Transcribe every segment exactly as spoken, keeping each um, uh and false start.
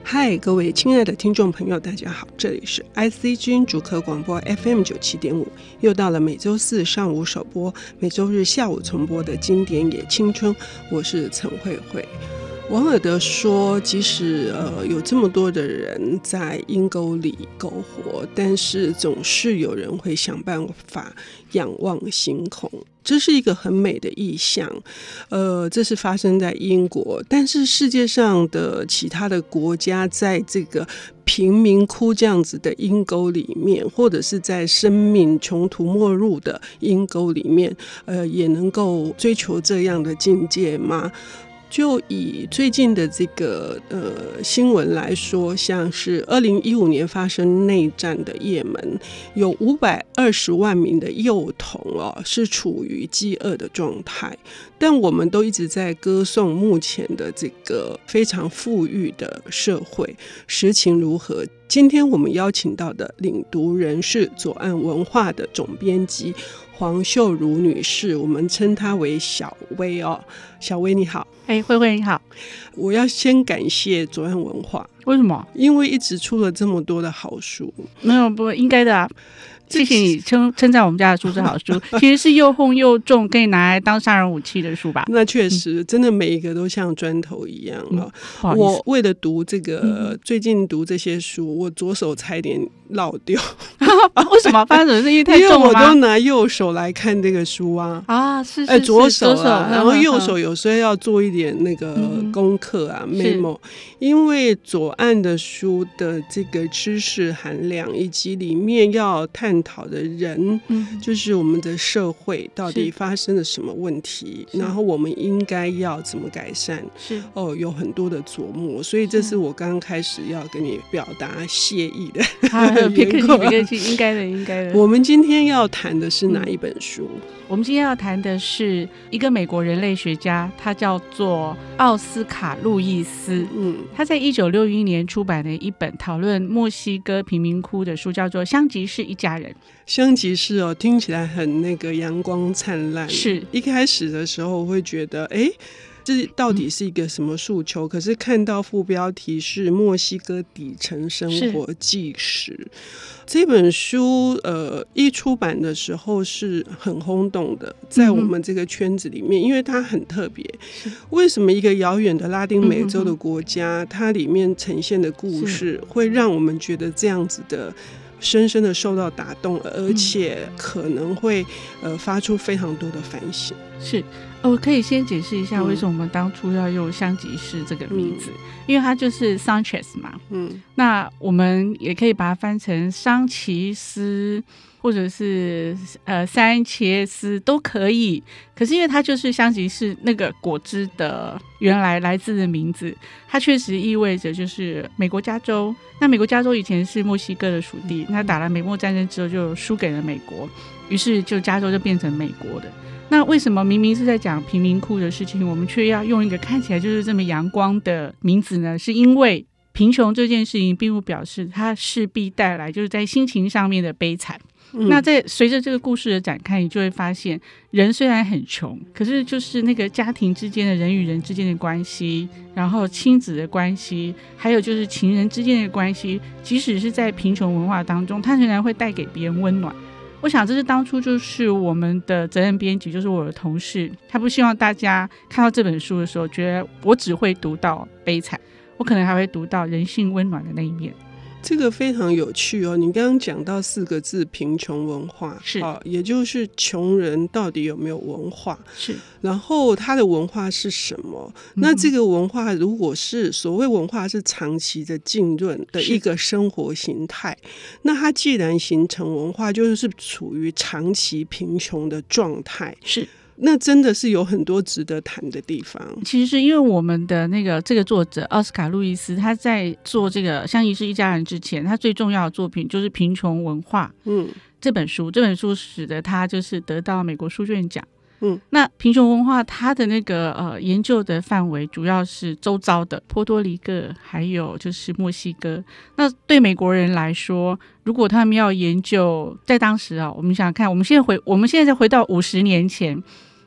嗨，各位亲爱的听众朋友大家好，这里是 I C 之音主客广播 F M 九十七点五， 又到了每周四上午首播每周日下午重播的经典也青春，我是陈慧慧。王尔德说，即使、呃、有这么多的人在阴沟里苟活，但是总是有人会想办法仰望星空，这是一个很美的意象。呃，这是发生在英国，但是世界上的其他的国家在这个贫民窟这样子的阴沟里面，或者是在生命穷途末路的阴沟里面，呃，也能够追求这样的境界吗？就以最近的这个呃新闻来说，像是二零一五年发生内战的也门，有五百二十万名的幼童哦是处于饥饿的状态，但我们都一直在歌颂目前的这个非常富裕的社会，实情如何？今天我们邀请到的领读人是左岸文化的总编辑黄秀如女士，我们称她为小薇哦。小薇你好。 哎，慧慧你好。 我要先感谢左岸文化。 为什么？ 因为一直出了这么多的好书。 没有，不应该的啊。谢谢你称称赞我们家的书是好书，其实是又厚又重，可以拿来当杀人武器的书吧？ 那确实，嗯、真的每一个都像砖头一样啊、嗯！我为了读这个、嗯，最近读这些书，我左手差点落掉。 为什么？发生什么事？因为太重了吗？ 因为我都拿右手来看这个书啊！ 啊，是是是，左手啊， 手然后右手有时候要做一点那个功课啊、嗯、memo， 因为左岸的书的这个知识含量以及里面要探讨的人、嗯、就是我们的社会到底发生了什么问题，然后我们应该要怎么改善，是哦，有很多的琢磨，所以这是我刚刚开始要跟你表达谢意的。 别客气，别客气，应该的，应该的。 我们今天要谈的是哪一本书？嗯、 我们今天要谈的是一个美国人类学家，他叫做奥斯卡·路易斯。嗯，他在一九六一年出版的一本讨论墨西哥贫民窟的书，叫做《香吉士一家人》。 香吉士哦，听起来很那个阳光灿烂。 是，一开始的时候我会觉得，哎。这到底是一个什么诉求、嗯、可是看到副标题是墨西哥底层生活纪实，这本书呃一出版的时候是很轰动的，在我们这个圈子里面、嗯、因为它很特别。为什么一个遥远的拉丁美洲的国家、嗯、它里面呈现的故事会让我们觉得这样子的深深的受到打动，而且可能会、呃、发出非常多的反省。 是，我可以先解释一下为什么我们当初要用香吉士这个名字、嗯、因为它就是 Sanchez 嘛，嗯，那我们也可以把它翻成桑奇斯或者是呃三切斯都可以，可是因为它就是香吉士那个果汁的原来来自的名字，它确实意味着就是美国加州。那美国加州以前是墨西哥的属地，那打了美墨战争之后就输给了美国，于是就加州就变成美国的。那为什么明明是在讲贫民窟的事情，我们却要用一个看起来就是这么阳光的名字呢？是因为贫穷这件事情并不表示它势必带来就是在心情上面的悲惨。嗯、那在随着这个故事的展开，你就会发现人虽然很穷，可是就是那个家庭之间的人与人之间的关系，然后亲子的关系，还有就是情人之间的关系，即使是在贫穷文化当中，它仍然会带给别人温暖。我想这是当初就是我们的责任编辑，就是我的同事，他不希望大家看到这本书的时候觉得我只会读到悲惨，我可能还会读到人性温暖的那一面。 这个非常有趣哦！你刚刚讲到四个字贫穷文化，是、哦、也就是穷人到底有没有文化，是，然后他的文化是什么、嗯、那这个文化如果是所谓文化是长期的浸润的一个生活形态，那它既然形成文化，就是处于长期贫穷的状态，是，那真的是有很多值得谈的地方。 其实是因为我们的那个这个作者奥斯卡·路易斯，他在做这个香吉士一家人之前，他最重要的作品就是贫穷文化。嗯，这本书这本书使得他就是得到美国书卷奖。嗯，那贫穷文化它的那个呃研究的范围主要是周遭的波多黎各还有就是墨西哥。那对美国人来说，如果他们要研究在当时啊，我们想想看，我们现在回我们现在再回到五十年前，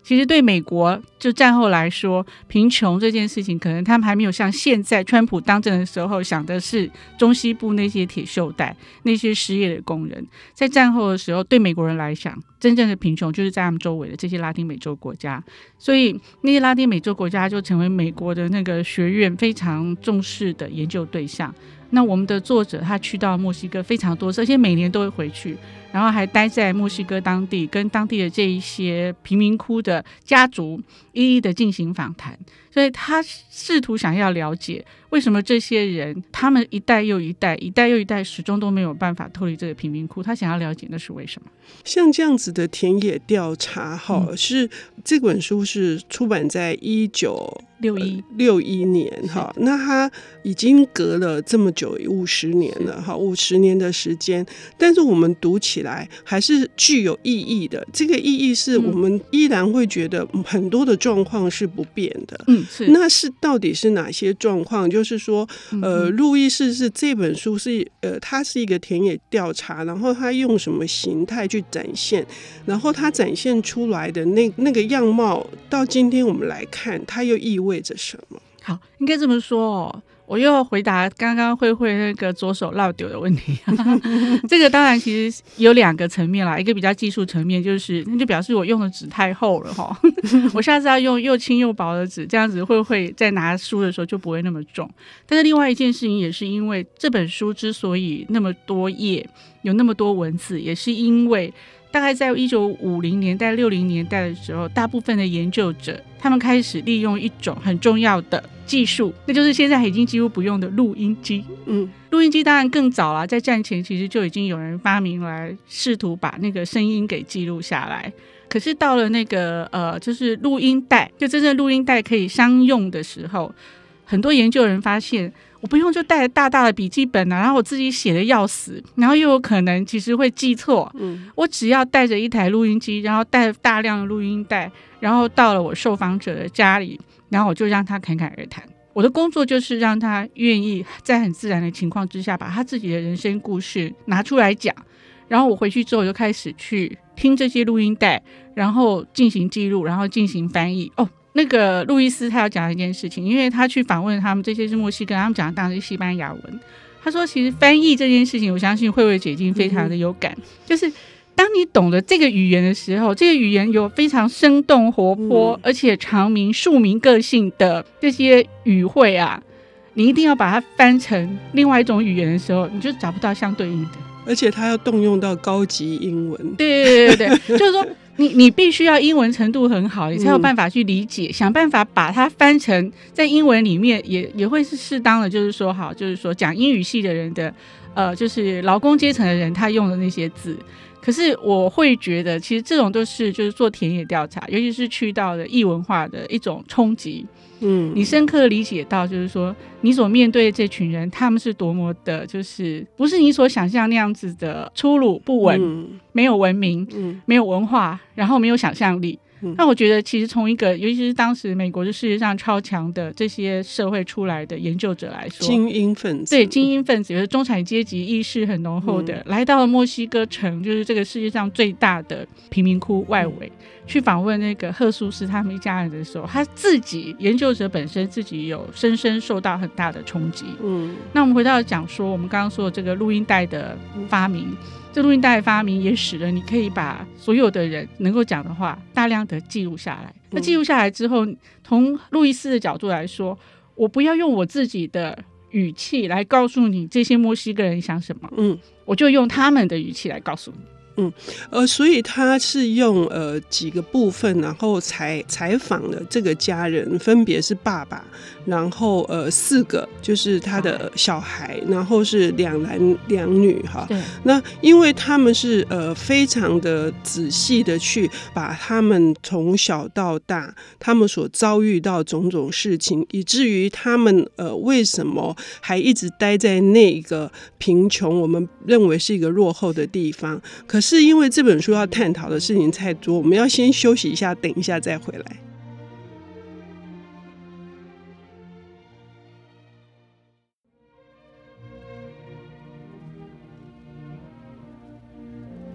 其实对美国就战后来说，贫穷这件事情可能他们还没有像现在川普当政的时候想的是中西部那些铁锈带那些失业的工人。在战后的时候，对美国人来讲，真正的贫穷就是在他们周围的这些拉丁美洲国家，所以那些拉丁美洲国家就成为美国的那个学院非常重视的研究对象。那我们的作者他去到墨西哥非常多次，而且每年都会回去，然后还待在墨西哥当地，跟当地的这一些贫民窟的家族一一的进行访谈。所以他试图想要了解为什么这些人他们一代又一代一代又一代始终都没有办法脱离这个贫民窟，他想要了解那是为什么。 像这样子的田野调查、嗯、是这本书是出版在一九六一六一年，那它已经隔了这么久五十年了，五十年的时间，但是我们读起来还是具有意义的。这个意义是我们依然会觉得很多的状况是不变的。嗯，是。那是到底是哪些状况？就是说，呃，路易士是这本书是呃，它是一个田野调查，然后它用什么形态去展现，然后它展现出来的那那个样貌，到今天我们来看，它又意味着什么？ 好，应该这么说哦。我又要回答刚刚慧慧那个左手落丢的问题这个当然其实有两个层面啦，一个比较技术层面，就是那就表示我用的纸太厚了齁我下次要用又轻又薄的纸，这样子慧慧在拿书的时候就不会那么重。但是另外一件事情也是因为这本书之所以那么多页，有那么多文字，也是因为大概在一九五零年代六零年代的时候，大部分的研究者他们开始利用一种很重要的技术，那就是现在已经几乎不用的录音机。嗯，录音机当然更早啦，在战前其实就已经有人发明来试图把那个声音给记录下来。可是到了那个呃，就是录音带，就真正录音带可以商用的时候，很多研究人发现，我不用就带着大大的笔记本啊，然后我自己写的要死，然后又有可能其实会记错。嗯，我只要带着一台录音机，然后带大量的录音带，然后到了我受访者的家里，然后我就让他侃侃而谈。我的工作就是让他愿意在很自然的情况之下，把他自己的人生故事拿出来讲。然后我回去之后就开始去听这些录音带，然后进行记录，然后进行翻译。哦。那个路易斯他要讲一件事情，因为他去访问他们，这些是墨西哥人，他们讲的当然是西班牙文。他说其实翻译这件事情，我相信慧慧姐已经非常的有感、嗯、就是当你懂得这个语言的时候，这个语言有非常生动活泼、嗯、而且常民庶民个性的这些语汇啊，你一定要把它翻成另外一种语言的时候，你就找不到相对应的， 而且它要动用到高级英文。 对对对对就是说你, 你必须要英文程度很好，你才有办法去理解、嗯、想办法把它翻成在英文里面也也会是适当的，就是说好，就是说讲英语系的人的呃，就是劳工阶层的人他用的那些字。可是我会觉得其实这种都是就是做田野调查，尤其是去到的异文化的一种冲击。嗯，你深刻理解到就是说你所面对的这群人，他们是多么的就是不是你所想象那样子的粗鲁不文、嗯、没有文明、嗯、没有文化，然后没有想象力。那我觉得其实从一个尤其是当时美国是世界上超强的这些社会出来的研究者来说， 精英分子， 对精英分子，就是中产阶级意识很浓厚的、嗯、来到了墨西哥城，就是这个世界上最大的贫民窟外围、嗯、去访问那个赫苏斯他们一家人的时候，他自己研究者本身自己有深深受到很大的冲击。嗯，那我们回到讲说我们刚刚说的这个录音带的发明，这录音带的发明也使得你可以把所有的人能够讲的话大量的记录下来。那记录下来之后，从路易斯的角度来说，我不要用我自己的语气来告诉你这些墨西哥人想什么，嗯，我就用他们的语气来告诉你。 嗯，呃，所以他是用呃几个部分，然后采采访了这个家人，分别是爸爸，然后呃四个就是他的小孩，然后是两男两女哈。那因为他们是呃非常的仔细的去把他们从小到大他们所遭遇到种种事情，以至于他们呃为什么还一直待在那个贫穷我们认为是一个落后的地方。可是因为这本书要探讨的事情太多，我们要先休息一下，等一下再回来。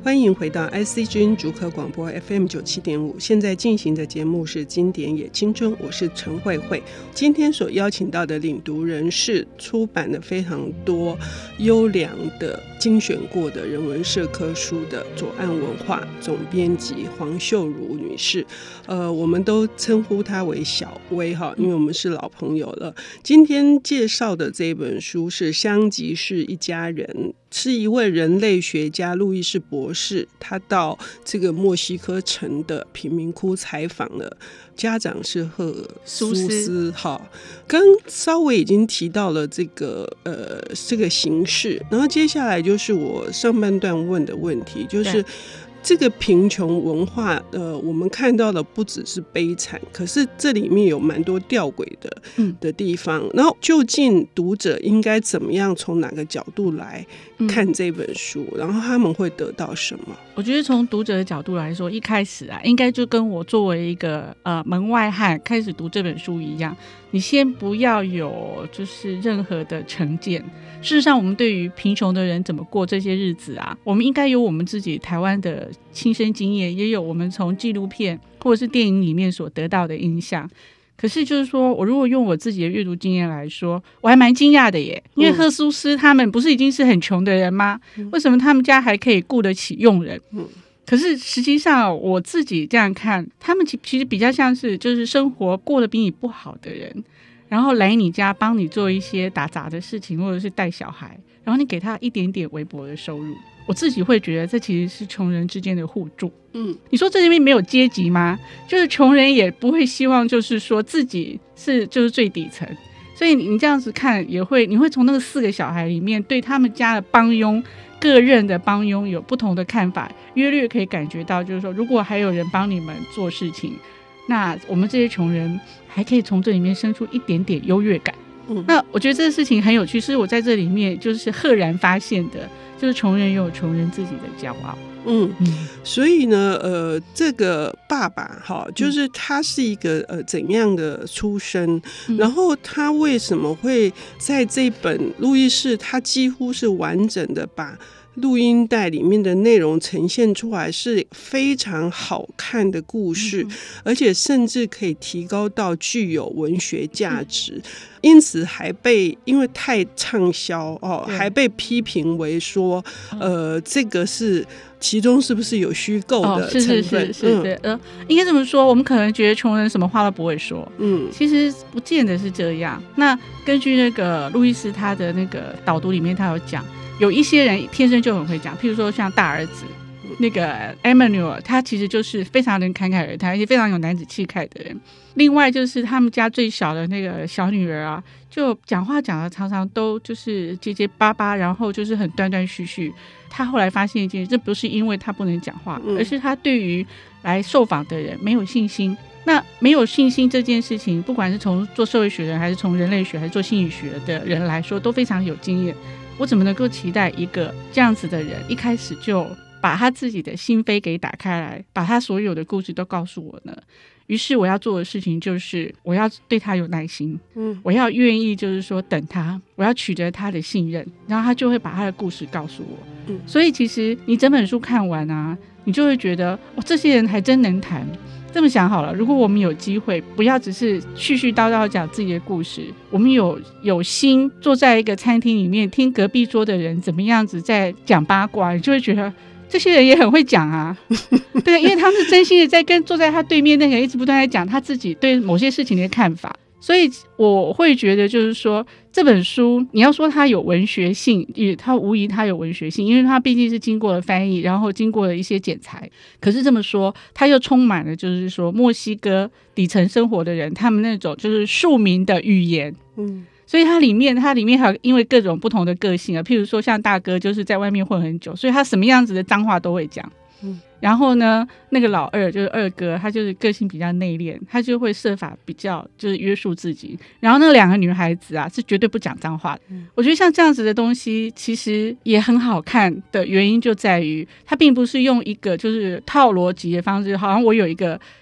欢迎回到 I C 之音竹科广播 F M 九七点五，现在进行的节目是经典也青春，我是陈慧慧。今天所邀请到的领读人是出版了非常多优良的精选过的人文社科书的左岸文化总编辑黄秀如女士，呃，我们都称呼她为小薇哈，因为我们是老朋友了。今天介绍的这本书是香吉士一家人，是一位人类学家路易士博士，他到这个墨西哥城的贫民窟采访了，家长是赫苏斯哈。刚稍微已经提到了这个呃这个形式，然后接下来就是我上半段问的问题，就是这个贫穷文化，呃，我们看到的不只是悲惨，可是这里面有蛮多吊诡的、嗯、的地方。然后究竟读者应该怎么样从哪个角度来看这本书、嗯、然后他们会得到什么？ 我觉得从读者的角度来说，一开始啊，应该就跟我作为一个呃门外汉开始读这本书一样，你先不要有就是任何的成见。事实上，我们对于贫穷的人怎么过这些日子啊，我们应该有我们自己台湾的亲身经验，也有我们从纪录片或者是电影里面所得到的印象。可是就是说，我如果用我自己的阅读经验来说，我还蛮惊讶的耶，因为赫苏斯他们不是已经是很穷的人吗？为什么他们家还可以雇得起佣人？可是实际上我自己这样看，他们其实比较像是就是生活过得比你不好的人，然后来你家帮你做一些打杂的事情，或者是带小孩，然后你给他一点点微薄的收入。我自己会觉得这其实是穷人之间的互助。嗯，你说这里面没有阶级吗？就是穷人也不会希望就是说自己是就是最底层，所以你这样子看也会，你会从那个四个小孩里面对他们家的帮佣各任的帮佣有不同的看法，约略可以感觉到就是说，如果还有人帮你们做事情，那我们这些穷人还可以从这里面生出一点点优越感。嗯，那我觉得这个事情很有趣，是我在这里面就是赫然发现的，就是穷人也有穷人自己的骄傲。 嗯，所以呢，呃，这个爸爸哈，就是他是一个呃怎样的出身、嗯，然后他为什么会在这本路易士，他几乎是完整的把录音带里面的内容呈现出来，是非常好看的故事、嗯、而且甚至可以提高到具有文学价值、嗯、因此还被因为太畅销哦，还被批评为说呃，这个是其中是不是有虚构的成分、哦、是是是是、嗯、对呃，应该这么说，我们可能觉得穷人什么话都不会说，嗯，其实不见得是这样。那根据那个路易斯他的那个导读里面，他有讲有一些人天生就很会讲，譬如说像大儿子那个 Emmanuel， 他其实就是非常能侃侃而谈，而且非常有男子气概的人。另外就是他们家最小的那个小女儿啊，就讲话讲的常常都就是结结巴巴，然后就是很断断续续。他后来发现一件事，这不是因为他不能讲话，而是他对于来受访的人没有信心。那没有信心这件事情，不管是从做社会学的人，还是从人类学，还是做心理学的人来说，都非常有经验。我怎么能够期待一个这样子的人一开始就把他自己的心扉给打开来，把他所有的故事都告诉我呢？于是我要做的事情就是我要对他有耐心，嗯，我要愿意就是说等他，我要取得他的信任，然后他就会把他的故事告诉我。嗯，所以其实你整本书看完啊，你就会觉得哦，这些人还真能谈。这么想好了，如果我们有机会，不要只是絮絮叨叨讲自己的故事，我们有有心坐在一个餐厅里面听隔壁桌的人怎么样子在讲八卦，你就会觉得这些人也很会讲啊。对，因为他们是真心的在跟坐在他对面那个人一直不断在讲他自己对某些事情的看法。所以我会觉得就是说这本书你要说它有文学性，它无疑它有文学性，因为它毕竟是经过了翻译，然后经过了一些剪裁。可是这么说它又充满了就是说墨西哥底层生活的人他们那种就是庶民的语言。嗯，所以它里面它里面还有因为各种不同的个性啊，譬如说像大哥就是在外面混很久，所以他什么样子的脏话都会讲。嗯，然后呢那个老二就是二哥，他就是个性比较内敛，他就会设法比较就是约束自己。然后那两个女孩子啊是绝对不讲脏话的。嗯，我觉得像这样子的东西其实也很好看的原因就在于它并不是用一个就是套逻辑的方式，好像我有一个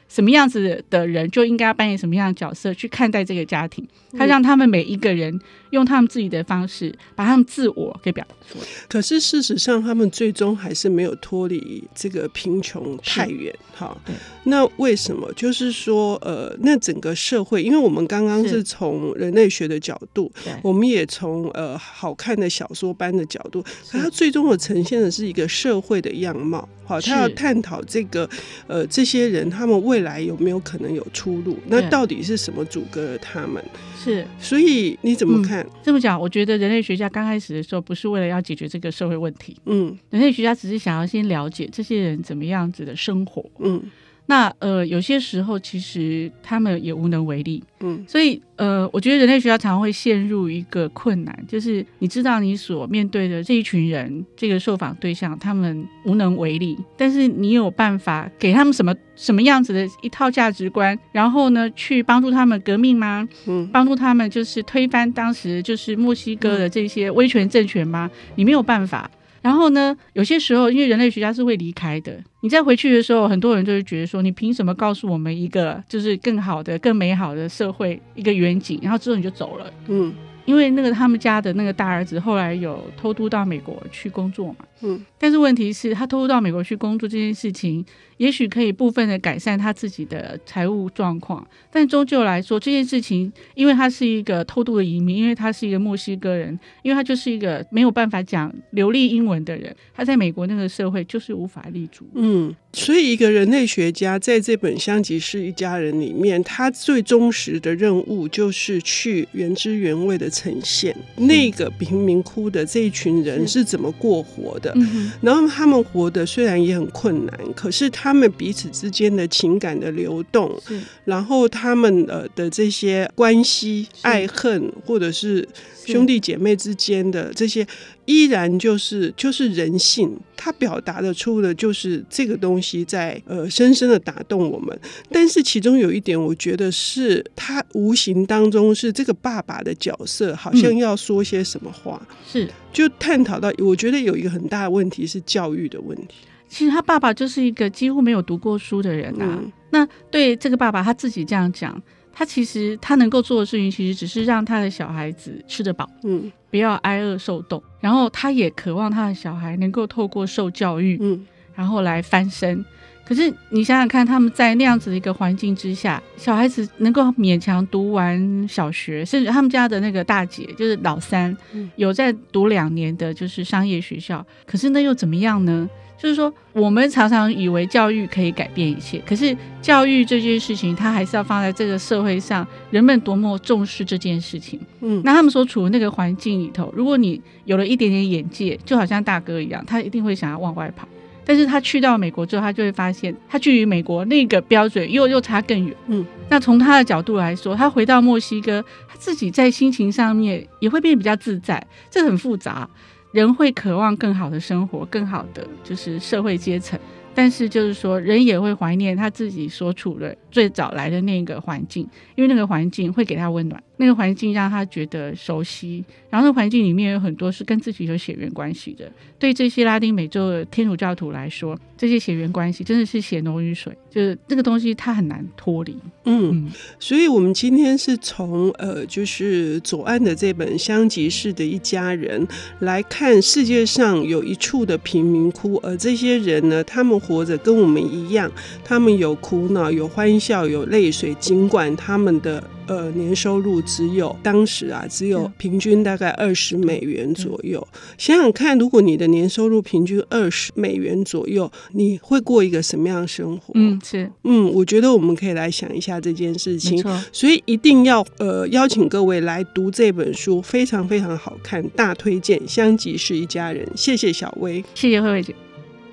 什么样子的人就应该扮演什么样的角色去看待这个家庭，他让他们每一个人用他们自己的方式把他们自我给表达出来。 可是事实上他们最终还是没有脱离这个贫穷太远。好，那为什么？就是说呃，那整个社会，因为我们刚刚是从人类学的角度，我们也从呃好看的小说般的角度，可它最终的呈现的是一个社会的样貌。好，他要探讨这个呃这些人他们未来有没有可能有出路，那到底是什么阻隔了他们？ 是， 所以你怎么看？ 嗯、这么讲，我觉得人类学家刚开始的时候不是为了要解决这个社会问题， 嗯， 人类学家只是想要先了解这些人怎么样子的生活， 嗯。 那呃，有些时候其实他们也无能为力， 嗯， 所以呃，我觉得人类学家常常会陷入一个困难，就是你知道你所面对的这一群人，这个受访对象，他们无能为力，但是你有办法给他们什么什么样子的一套价值观，然后呢，去帮助他们革命吗？嗯，帮助他们就是推翻当时就是墨西哥的这些威权政权吗？你没有办法。然后呢，有些时候因为人类学家是会离开的，你再回去的时候，很多人就会觉得说，你凭什么告诉我们一个就是更好的更美好的社会一个远景，然后之后你就走了。嗯，因为那个他们家的那个大儿子后来有偷渡到美国去工作嘛，嗯，但是问题是他偷渡到美国去工作这件事情也许可以部分的改善他自己的财务状况，但终究来说这件事情，因为他是一个偷渡的移民，因为他是一个墨西哥人，因为他就是一个没有办法讲流利英文的人，他在美国那个社会就是无法立足。嗯， 所以一个人类学家在这本香吉士一家人里面，他最忠实的任务就是去原汁原味的呈现那个贫民窟的这一群人是怎么过活的，然后他们活得虽然也很困难，可是他们彼此之间的情感的流动，然后他们呃的这些关系爱恨或者是兄弟姐妹之间的这些依然就是就是人性，他表达的出的就是这个东西在呃深深的打动我们。但是其中有一点我觉得是他无形当中是这个爸爸的角色好像要说些什么话，嗯、 是就探讨到我觉得有一个很大的问题是教育的问题。 其实他爸爸就是一个几乎没有读过书的人啊、嗯、那对这个爸爸他自己这样讲，他其实他能够做的事情其实只是让他的小孩子吃得饱，嗯，不要挨饿受冻，然后他也渴望他的小孩能够透过受教育，嗯，然后来翻身。可是你想想看，他们在那样子的一个环境之下，小孩子能够勉强读完小学，甚至他们家的那个大姐就是老三、嗯、有在读两年的就是商业学校，可是那又怎么样呢？就是说我们常常以为教育可以改变一切，可是教育这件事情它还是要放在这个社会上人们多么重视这件事情。嗯，那他们所处的那个环境里头，如果你有了一点点眼界，就好像大哥一样，他一定会想要往外跑，但是他去到美国之后，他就会发现他距离美国那个标准又又差更远。嗯，那从他的角度来说，他回到墨西哥，他自己在心情上面也会变得比较自在，这很复杂。人会渴望更好的生活，更好的就是社会阶层，但是就是说人也会怀念他自己所处的最早来的那个环境，因为那个环境会给他温暖，那个环境让他觉得熟悉，然后那个环境里面有很多是跟自己有血缘关系的。对这些拉丁美洲的天主教徒来说，这些血缘关系真的是血浓于水，就是这个东西它很难脱离。 嗯, 嗯所以我们今天是从呃，就是左岸的这本香吉士的一家人来看世界上有一处的贫民窟，而这些人呢，他们活着跟我们一样，他们有苦恼有欢笑有泪水，尽管他们的呃，年收入只有当时啊，只有平均大概二十美元左右。想想看，如果你的年收入平均二十美元左右，你会过一个什么样的生活？ 嗯，是， 嗯，我觉得我们可以来想一下这件事情。所以一定要呃邀请各位来读这本书，非常非常好看，大推荐《香吉士一家人》。谢谢小薇， 谢谢慧慧姐。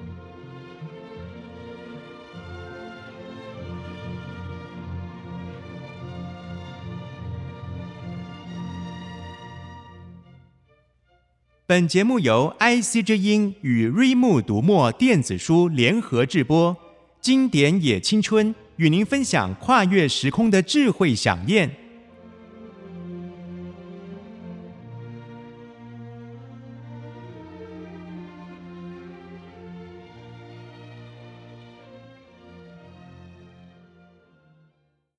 本节目由 I C 之音与瑞木读墨电子书联合制播，经典也青春与您分享跨越时空的智慧饗宴。